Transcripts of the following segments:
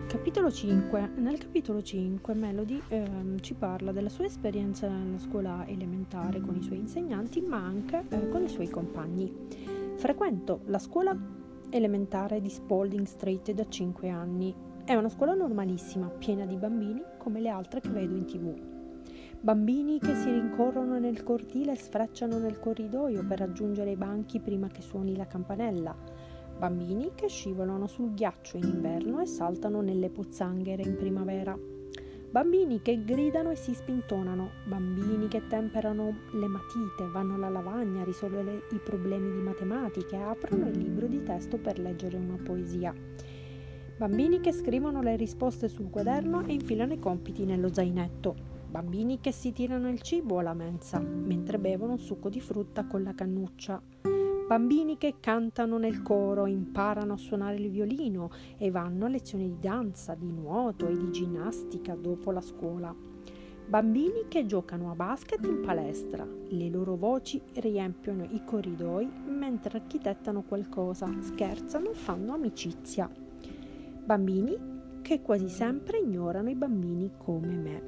Capitolo 5. Nel capitolo 5 Melody ci parla della sua esperienza nella scuola elementare con i suoi insegnanti, ma anche con i suoi compagni. Frequento la scuola elementare di Spalding Street da 5 anni. È una scuola normalissima, piena di bambini come le altre che vedo in TV. Bambini che si rincorrono nel cortile e sfrecciano nel corridoio per raggiungere i banchi prima che suoni la campanella. Bambini che scivolano sul ghiaccio in inverno e saltano nelle pozzanghere in primavera. Bambini che gridano e si spintonano. Bambini che temperano le matite, vanno alla lavagna a risolvere i problemi di matematica e aprono il libro di testo per leggere una poesia. Bambini che scrivono le risposte sul quaderno e infilano i compiti nello zainetto. Bambini che si tirano il cibo alla mensa mentre bevono un succo di frutta con la cannuccia. Bambini che cantano nel coro, imparano a suonare il violino e vanno a lezioni di danza, di nuoto e di ginnastica dopo la scuola. Bambini che giocano a basket in palestra, le loro voci riempiono i corridoi mentre architettano qualcosa, scherzano, fanno amicizia. Bambini che quasi sempre ignorano i bambini come me.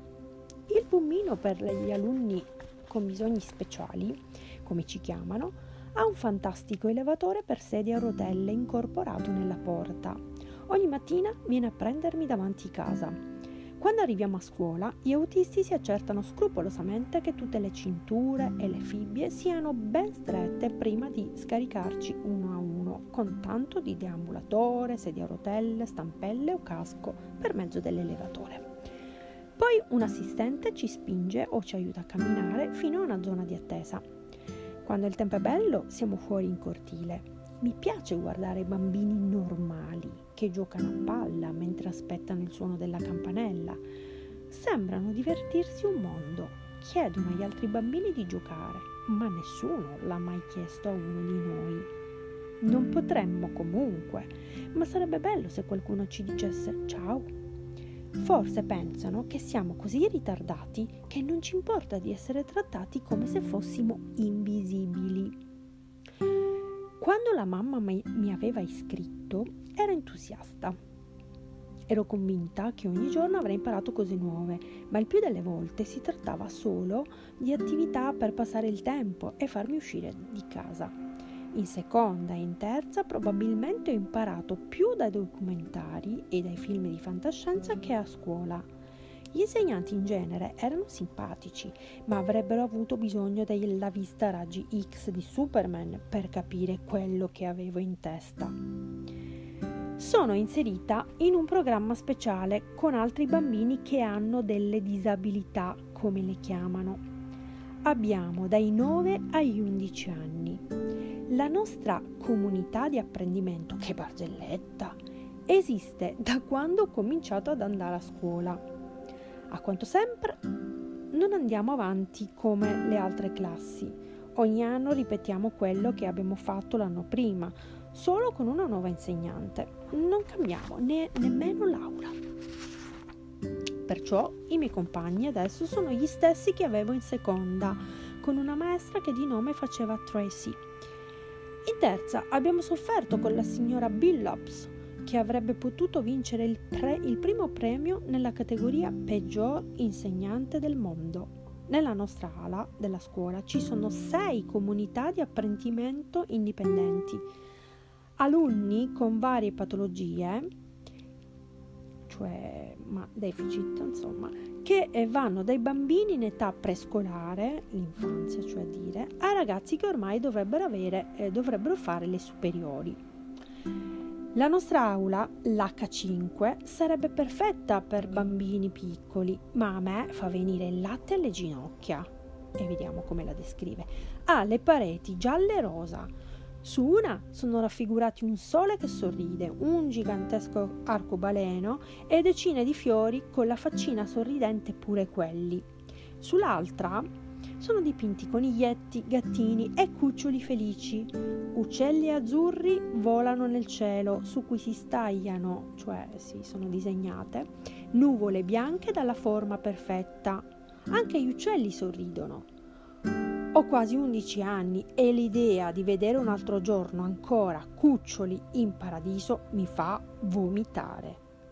Il pulmino per gli alunni con bisogni speciali, come ci chiamano, ha un fantastico elevatore per sedie a rotelle incorporato nella porta. Ogni mattina viene a prendermi davanti casa. Quando arriviamo a scuola, gli autisti si accertano scrupolosamente che tutte le cinture e le fibbie siano ben strette prima di scaricarci uno a uno, con tanto di deambulatore, sedie a rotelle, stampelle o casco per mezzo dell'elevatore. Poi un assistente ci spinge o ci aiuta a camminare fino a una zona di attesa. Quando il tempo è bello, siamo fuori in cortile. Mi piace guardare bambini normali che giocano a palla mentre aspettano il suono della campanella. Sembrano divertirsi un mondo. Chiedono agli altri bambini di giocare, ma nessuno l'ha mai chiesto a uno di noi. Non potremmo comunque, ma sarebbe bello se qualcuno ci dicesse ciao. Forse pensano che siamo così ritardati che non ci importa di essere trattati come se fossimo invisibili. Quando la mamma mi aveva iscritto, ero entusiasta. Ero convinta che ogni giorno avrei imparato cose nuove, ma il più delle volte si trattava solo di attività per passare il tempo e farmi uscire di casa. In seconda e in terza probabilmente ho imparato più dai documentari e dai film di fantascienza che a scuola. Gli insegnanti in genere erano simpatici, ma avrebbero avuto bisogno della vista a raggi X di Superman per capire quello che avevo in testa. Sono inserita in un programma speciale con altri bambini che hanno delle disabilità, come le chiamano. Abbiamo dai 9 agli 11 anni. La nostra comunità di apprendimento, che barzelletta, esiste da quando ho cominciato ad andare a scuola. A quanto sempre non andiamo avanti come le altre classi. Ogni anno ripetiamo quello che abbiamo fatto l'anno prima, solo con una nuova insegnante. Non cambiamo nemmeno l'aula. Perciò i miei compagni adesso sono gli stessi che avevo in seconda, con una maestra che di nome faceva Tracy. In terza abbiamo sofferto con la signora Billups, che avrebbe potuto vincere il primo premio nella categoria peggior insegnante del mondo. Nella nostra ala della scuola ci sono 6 comunità di apprendimento indipendenti, alunni con varie patologie, cioè deficit, insomma, che vanno dai bambini in età prescolare, l'infanzia, cioè dire, a ragazzi che ormai dovrebbero fare le superiori. La nostra aula, l'H5, sarebbe perfetta per bambini piccoli, ma a me fa venire il latte alle ginocchia. E vediamo come la descrive. Ha le pareti gialle e rosa. Su una sono raffigurati un sole che sorride, un gigantesco arcobaleno e decine di fiori con la faccina sorridente pure quelli. Sull'altra sono dipinti coniglietti, gattini e cuccioli felici. Uccelli azzurri volano nel cielo su cui si stagliano, cioè sono disegnate, nuvole bianche dalla forma perfetta. Anche gli uccelli sorridono. Ho quasi 11 anni e l'idea di vedere un altro giorno ancora cuccioli in paradiso mi fa vomitare.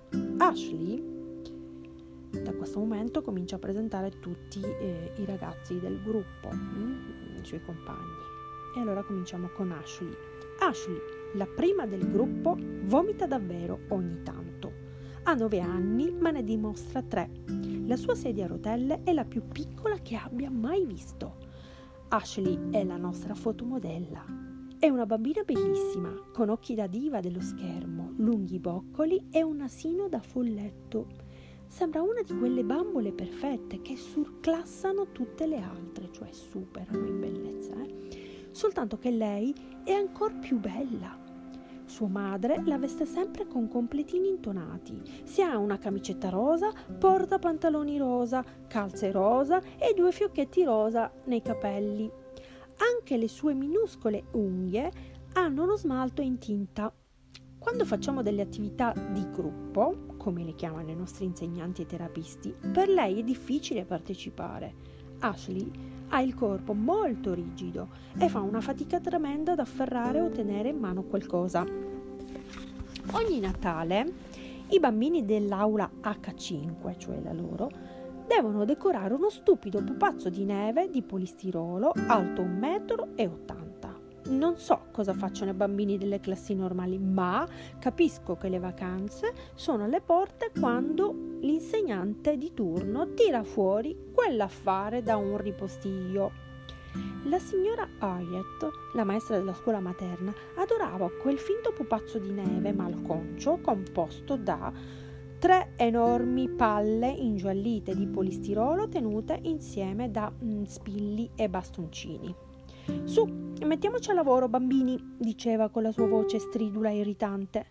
Ashley da questo momento comincia a presentare tutti i ragazzi del gruppo, i suoi compagni. E allora cominciamo con Ashley. Ashley, la prima del gruppo, vomita davvero ogni tanto. Ha 9 anni, ma ne dimostra 3. La sua sedia a rotelle è la più piccola che abbia mai visto. Ashley è la nostra fotomodella. È una bambina bellissima, con occhi da diva dello schermo, lunghi boccoli e un nasino da folletto. Sembra una di quelle bambole perfette che surclassano tutte le altre, cioè superano in bellezza, Soltanto che lei è ancora più bella. Sua madre la veste sempre con completini intonati. Se ha una camicetta rosa, porta pantaloni rosa, calze rosa e 2 fiocchetti rosa nei capelli. Anche le sue minuscole unghie hanno uno smalto in tinta. Quando facciamo delle attività di gruppo, come le chiamano i nostri insegnanti e terapisti, per lei è difficile partecipare. Ashley ha il corpo molto rigido e fa una fatica tremenda ad afferrare o tenere in mano qualcosa. Ogni Natale i bambini dell'aula H5, cioè la loro, devono decorare uno stupido pupazzo di neve di polistirolo alto 1,80 m. Non so cosa facciano i bambini delle classi normali, ma capisco che le vacanze sono alle porte quando l'insegnante di turno tira fuori quell'affare da un ripostiglio. La signora Harriet, la maestra della scuola materna, adorava quel finto pupazzo di neve malconcio composto da 3 enormi palle ingiallite di polistirolo tenute insieme da spilli e bastoncini. «Su, mettiamoci a lavoro, bambini», diceva con la sua voce stridula e irritante.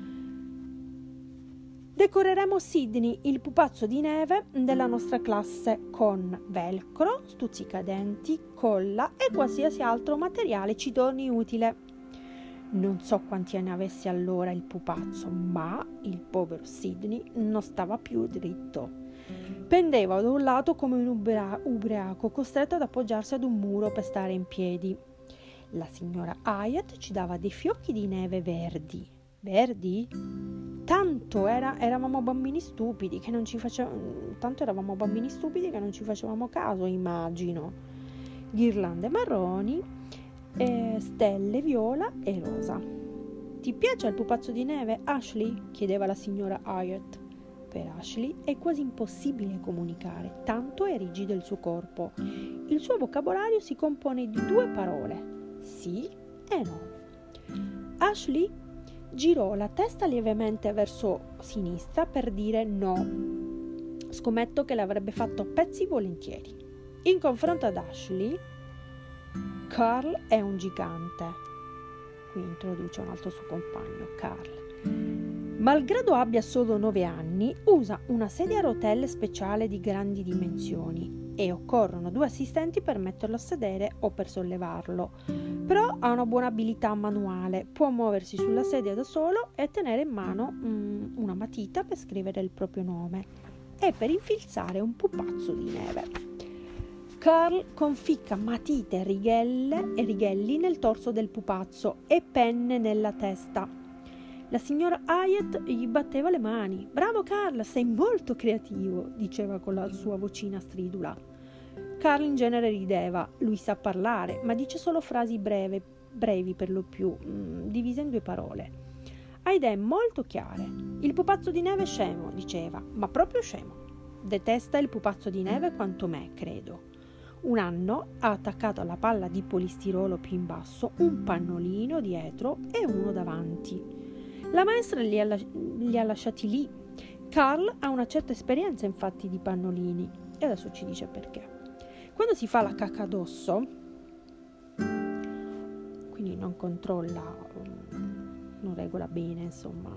«Decoreremo Sydney, il pupazzo di neve della nostra classe, con velcro, stuzzicadenti, colla e qualsiasi altro materiale ci torni utile». Non so quanti anni avesse allora il pupazzo, ma il povero Sydney non stava più dritto. Pendeva da un lato come un ubriaco costretto ad appoggiarsi ad un muro per stare in piedi. La signora Hayat ci dava dei fiocchi di neve verdi. Verdi? Tanto eravamo bambini stupidi che non ci facevamo caso, immagino. Ghirlande marroni, stelle viola e rosa. «Ti piace il pupazzo di neve, Ashley?» chiedeva la signora Hayat. Per Ashley è quasi impossibile comunicare, tanto è rigido il suo corpo. Il suo vocabolario si compone di 2 parole, sì e no. Ashley girò la testa lievemente verso sinistra per dire no. Scommetto che l'avrebbe fatto a pezzi volentieri. In confronto ad Ashley, Carl è un gigante. Qui introduce un altro suo compagno, Carl. Malgrado abbia solo 9 anni, usa una sedia a rotelle speciale di grandi dimensioni e occorrono 2 assistenti per metterlo a sedere o per sollevarlo. Però ha una buona abilità manuale, può muoversi sulla sedia da solo e tenere in mano una matita per scrivere il proprio nome e per infilzare un pupazzo di neve. Carl conficca matite e righelli nel torso del pupazzo e penne nella testa. La signora Hayat gli batteva le mani. «Bravo Carl, sei molto creativo», diceva con la sua vocina stridula. Carl in genere rideva, lui sa parlare, ma dice solo frasi brevi per lo più, divise in 2 parole. Ha idee molto chiare. «Il pupazzo di neve è scemo», diceva, ma proprio scemo. Detesta il pupazzo di neve quanto me, credo. Un anno ha attaccato alla palla di polistirolo più in basso un pannolino dietro e uno davanti. La maestra li ha lasciati lì. Carl ha una certa esperienza infatti di pannolini e adesso ci dice perché. Quando si fa la cacca addosso, quindi non controlla, non regola bene, insomma,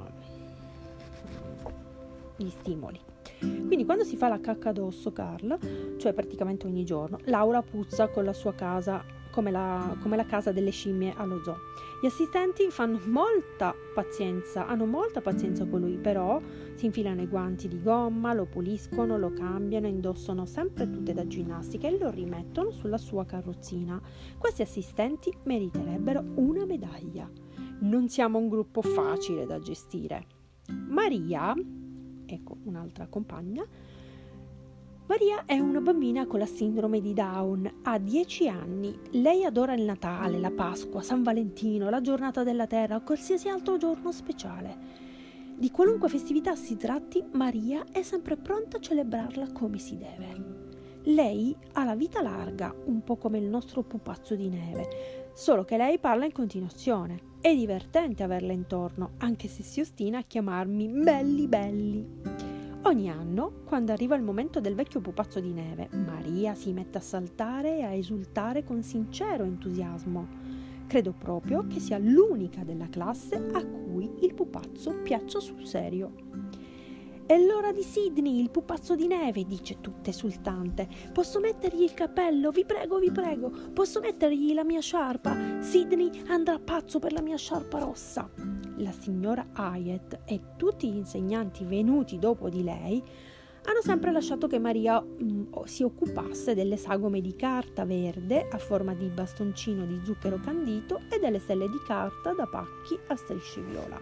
gli stimoli. Quindi quando si fa la cacca addosso, Carl, cioè praticamente ogni giorno, l'aula puzza con la sua casa, come la casa delle scimmie allo zoo. Gli assistenti hanno molta pazienza con lui, però si infilano i guanti di gomma, lo puliscono, lo cambiano, indossano sempre tute da ginnastica e lo rimettono sulla sua carrozzina. Questi assistenti meriterebbero una medaglia. Non siamo un gruppo facile da gestire. Maria, ecco un'altra compagna. Maria è una bambina con la sindrome di Down, ha 10 anni. Lei adora il Natale, la Pasqua, San Valentino, la giornata della Terra o qualsiasi altro giorno speciale. Di qualunque festività si tratti, Maria è sempre pronta a celebrarla come si deve. Lei ha la vita larga, un po' come il nostro pupazzo di neve, solo che lei parla in continuazione. È divertente averla intorno, anche se si ostina a chiamarmi belli belli. Ogni anno, quando arriva il momento del vecchio pupazzo di neve, Maria si mette a saltare e a esultare con sincero entusiasmo. Credo proprio che sia l'unica della classe a cui il pupazzo piaccia sul serio. È l'ora di Sidney, il pupazzo di neve, dice tutta esultante. Posso mettergli il cappello? Vi prego, vi prego. Posso mettergli la mia sciarpa? Sidney andrà pazzo per la mia sciarpa rossa. La signora Hyatt e tutti gli insegnanti venuti dopo di lei hanno sempre lasciato che Maria si occupasse delle sagome di carta verde a forma di bastoncino di zucchero candito e delle stelle di carta da pacchi a strisce viola.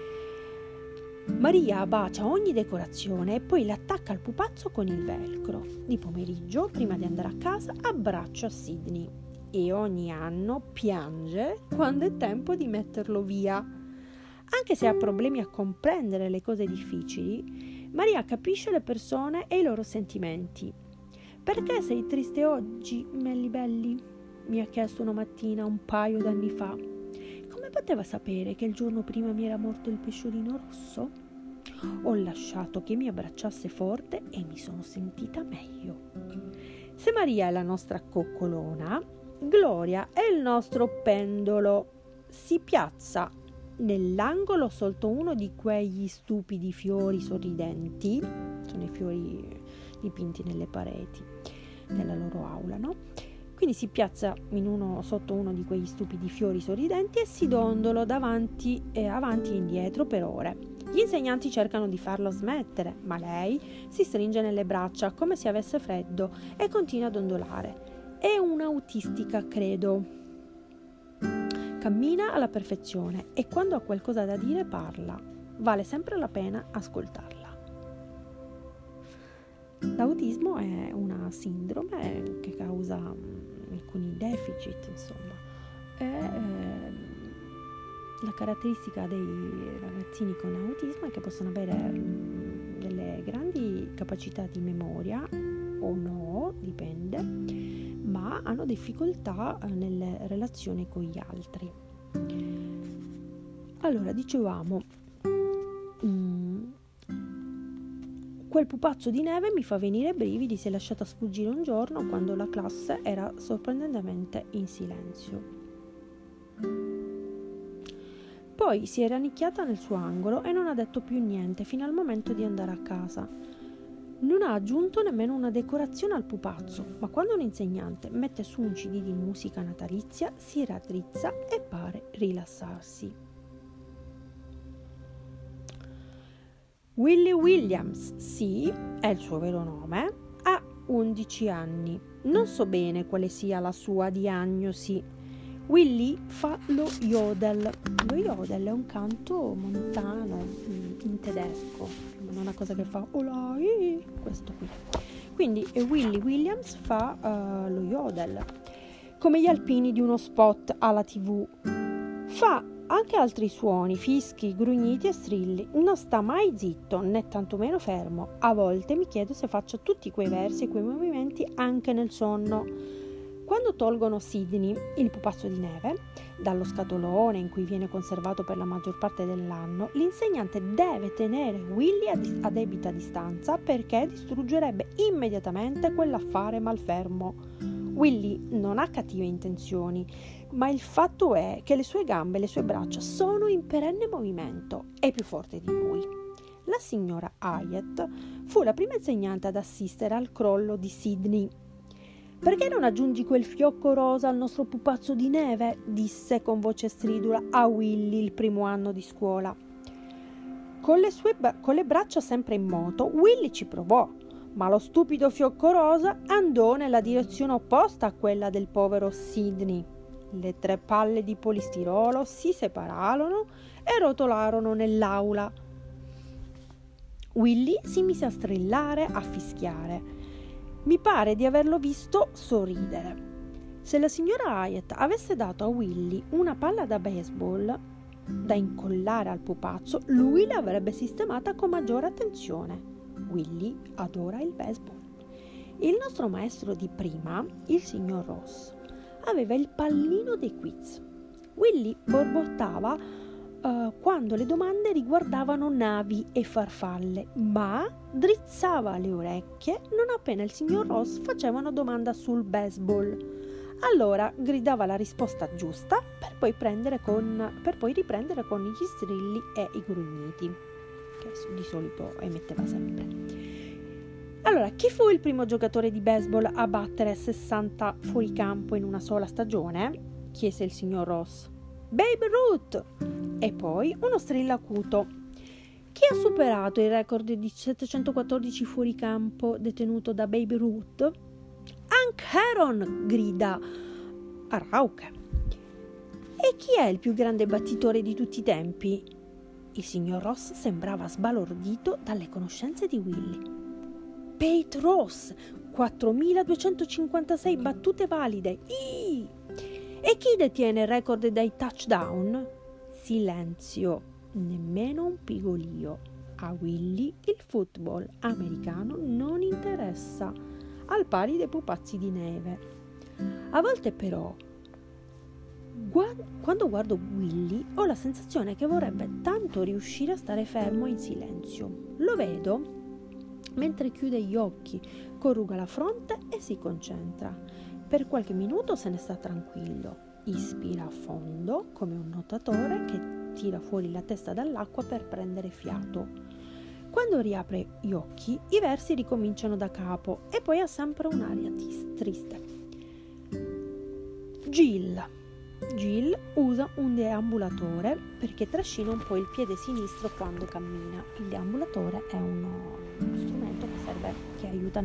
Maria bacia ogni decorazione e poi l'attacca al pupazzo con il velcro. Di pomeriggio, prima di andare a casa, abbraccia Sidney e ogni anno piange quando è tempo di metterlo via. Anche se ha problemi a comprendere le cose difficili, Maria capisce le persone e i loro sentimenti. «Perché sei triste oggi, Melli Belli?» mi ha chiesto una mattina un paio d'anni fa. Come poteva sapere che il giorno prima mi era morto il pesciolino rosso? Ho lasciato che mi abbracciasse forte e mi sono sentita meglio. Se Maria è la nostra coccolona, Gloria è il nostro pendolo. Si piazza nell'angolo sotto uno di quegli stupidi fiori sorridenti, sono i fiori dipinti nelle pareti della loro aula, no? Quindi si piazza sotto uno di quegli stupidi fiori sorridenti e si dondola avanti e indietro per ore. Gli insegnanti cercano di farlo smettere, ma lei si stringe nelle braccia come se avesse freddo e continua a dondolare. È un'autistica, credo. Cammina alla perfezione e quando ha qualcosa da dire parla. Vale sempre la pena ascoltarla. L'autismo è una sindrome che causa alcuni deficit, insomma. La caratteristica dei ragazzini con autismo è che possono avere delle grandi capacità di memoria o no, dipende, ma hanno difficoltà nelle relazioni con gli altri. Allora, dicevamo, quel pupazzo di neve mi fa venire brividi, si è lasciata sfuggire un giorno quando la classe era sorprendentemente in silenzio. Poi si è rannicchiata nel suo angolo e non ha detto più niente fino al momento di andare a casa. Non ha aggiunto nemmeno una decorazione al pupazzo, ma quando un insegnante mette su un CD di musica natalizia si raddrizza e pare rilassarsi. Willie Williams, sì, è il suo vero nome, ha 11 anni. Non so bene quale sia la sua diagnosi. Willie fa lo yodel. Lo yodel è un canto montano in tedesco, non è una cosa che fa olai, questo qui. Quindi Willie Williams fa lo yodel, come gli alpini di uno spot alla TV. Fa anche altri suoni, fischi, grugniti e strilli. Non sta mai zitto, né tantomeno fermo. A volte mi chiedo se faccia tutti quei versi e quei movimenti anche nel sonno. Quando tolgono Sidney, il pupazzo di neve, dallo scatolone in cui viene conservato per la maggior parte dell'anno, l'insegnante deve tenere Willie a debita distanza perché distruggerebbe immediatamente quell'affare malfermo. Willie non ha cattive intenzioni, ma il fatto è che le sue gambe e le sue braccia sono in perenne movimento, è più forte di lui. La signora Hyatt fu la prima insegnante ad assistere al crollo di Sidney. «Perché non aggiungi quel fiocco rosa al nostro pupazzo di neve?» disse con voce stridula a Willie il primo anno di scuola. Con le braccia sempre in moto, Willie ci provò, ma lo stupido fiocco rosa andò nella direzione opposta a quella del povero Sidney. Le 3 palle di polistirolo si separarono e rotolarono nell'aula. Willy si mise a strillare, a fischiare. Mi pare di averlo visto sorridere. Se la signora Hyatt avesse dato a Willy una palla da baseball da incollare al pupazzo, lui l'avrebbe sistemata con maggiore attenzione. Willy adora il baseball. Il nostro maestro di prima, il signor Ross, aveva il pallino dei quiz. Willy borbottava quando le domande riguardavano navi e farfalle, ma drizzava le orecchie non appena il signor Ross faceva una domanda sul baseball. Allora gridava la risposta giusta per poi riprendere con gli strilli e i grugniti, che di solito emetteva sempre. Allora, chi fu il primo giocatore di baseball a battere 60 fuoricampo in una sola stagione? Chiese il signor Ross. Babe Ruth! E poi uno strillo acuto. Chi ha superato il record di 714 fuoricampo detenuto da Babe Ruth? Hank Aaron, grida a rauche. E chi è il più grande battitore di tutti i tempi? Il signor Ross sembrava sbalordito dalle conoscenze di Willy. Pete Rose, 4.256 battute valide. E chi detiene il record dei touchdown? Silenzio, nemmeno un pigolio. A Willy il football americano non interessa, al pari dei pupazzi di neve. A volte però, quando guardo Willy, ho la sensazione che vorrebbe tanto riuscire a stare fermo in silenzio. Lo vedo mentre chiude gli occhi, corruga la fronte e si concentra. Per qualche minuto se ne sta tranquillo, ispira a fondo come un nuotatore che tira fuori la testa dall'acqua per prendere fiato. Quando riapre gli occhi, i versi ricominciano da capo e poi ha sempre un'aria triste. Jill usa un deambulatore perché trascina un po' il piede sinistro quando cammina. Il deambulatore è uno strumento che aiuta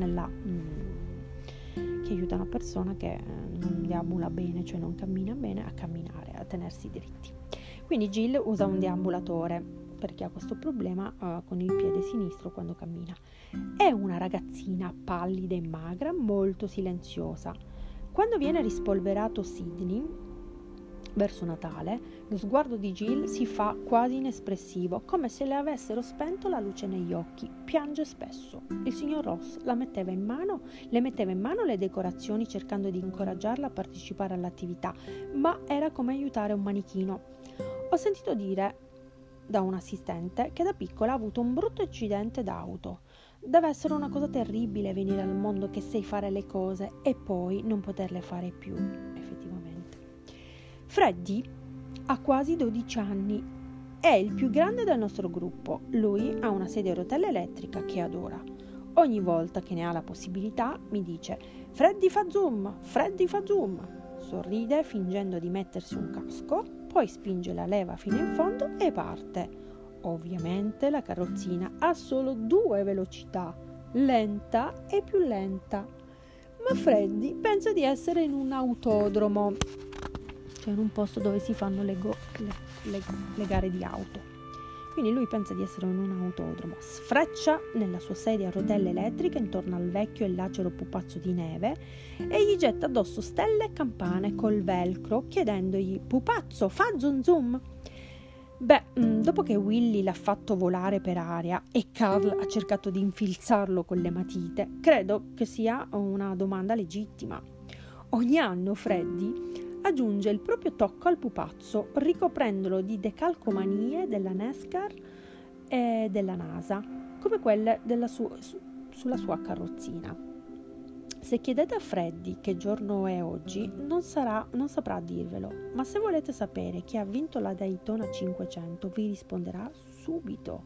una persona che non deambula bene, cioè non cammina bene, a camminare, a tenersi dritti. Quindi Jill usa un deambulatore perché ha questo problema con il piede sinistro quando cammina. È una ragazzina pallida e magra, molto silenziosa. Quando viene rispolverato Sidney verso Natale, lo sguardo di Jill si fa quasi inespressivo, come se le avessero spento la luce negli occhi. Piange spesso. Il signor Ross le metteva in mano le decorazioni cercando di incoraggiarla a partecipare all'attività, ma era come aiutare un manichino. Ho sentito dire da un assistente che da piccola ha avuto un brutto incidente d'auto. Deve essere una cosa terribile venire al mondo che sai fare le cose e poi non poterle fare più, effettivamente. Freddy ha quasi 12 anni, è il più grande del nostro gruppo. Lui ha una sedia a rotelle elettrica che adora. Ogni volta che ne ha la possibilità mi dice Freddy fa zoom, Freddy fa zoom. Sorride fingendo di mettersi un casco, poi spinge la leva fino in fondo e parte. Ovviamente la carrozzina ha solo 2 velocità, lenta e più lenta. Ma Freddy pensa di essere in un autodromo, cioè in un posto dove si fanno le gare di auto. Quindi lui pensa di essere in un autodromo. Sfreccia nella sua sedia a rotelle elettriche intorno al vecchio e lacero pupazzo di neve e gli getta addosso stelle e campane col velcro, chiedendogli «Pupazzo, fa zoom zoom!». Dopo che Willy l'ha fatto volare per aria e Carl ha cercato di infilzarlo con le matite, credo che sia una domanda legittima. Ogni anno Freddy aggiunge il proprio tocco al pupazzo, ricoprendolo di decalcomanie della NASCAR e della NASA, come quelle sulla sua carrozzina. Se chiedete a Freddy che giorno è oggi, non saprà dirvelo, ma se volete sapere chi ha vinto la Daytona 500, vi risponderà subito.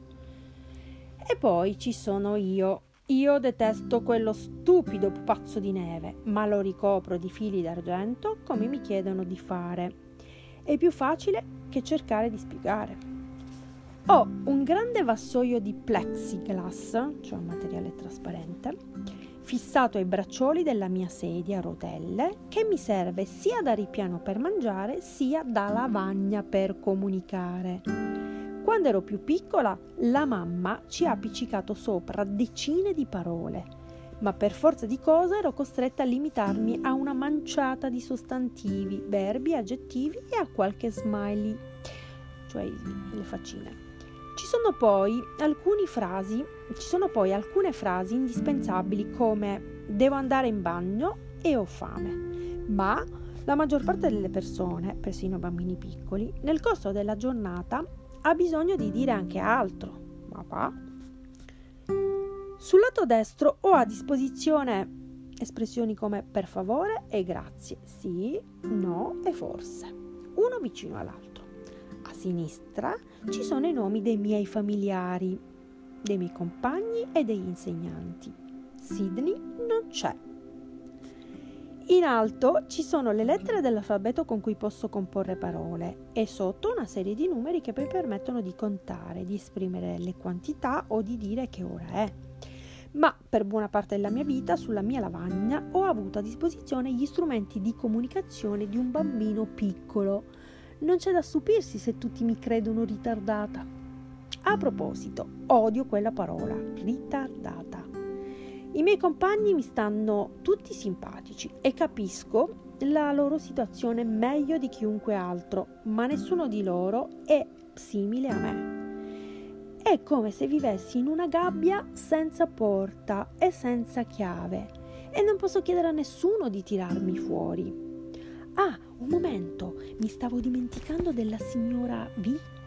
E poi ci sono io. Io detesto quello stupido pupazzo di neve, ma lo ricopro di fili d'argento come mi chiedono di fare. È più facile che cercare di spiegare. Ho un grande vassoio di plexiglass, cioè un materiale trasparente, fissato ai braccioli della mia sedia a rotelle, che mi serve sia da ripiano per mangiare sia da lavagna per comunicare. Quando ero più piccola, la mamma ci ha appiccicato sopra decine di parole, ma per forza di cose ero costretta a limitarmi a una manciata di sostantivi, verbi, aggettivi e a qualche smiley, cioè le faccine. Ci sono poi alcune frasi indispensabili come devo andare in bagno e ho fame, ma la maggior parte delle persone, persino bambini piccoli, nel corso della giornata ha bisogno di dire anche altro. Ma va? Sul lato destro ho a disposizione espressioni come per favore e grazie, sì, no e forse, uno vicino all'altro. A sinistra ci sono i nomi dei miei familiari, dei miei compagni e degli insegnanti. Sydney non c'è. In alto ci sono le lettere dell'alfabeto con cui posso comporre parole e sotto una serie di numeri che poi permettono di contare, di esprimere le quantità o di dire che ora è. Ma per buona parte della mia vita sulla mia lavagna ho avuto a disposizione gli strumenti di comunicazione di un bambino piccolo. Non c'è da stupirsi se tutti mi credono ritardata. A proposito, odio quella parola, ritardata. I miei compagni mi stanno tutti simpatici e capisco la loro situazione meglio di chiunque altro, ma nessuno di loro è simile a me. È come se vivessi in una gabbia senza porta e senza chiave e non posso chiedere a nessuno di tirarmi fuori. Ah, un momento, mi stavo dimenticando della signora V.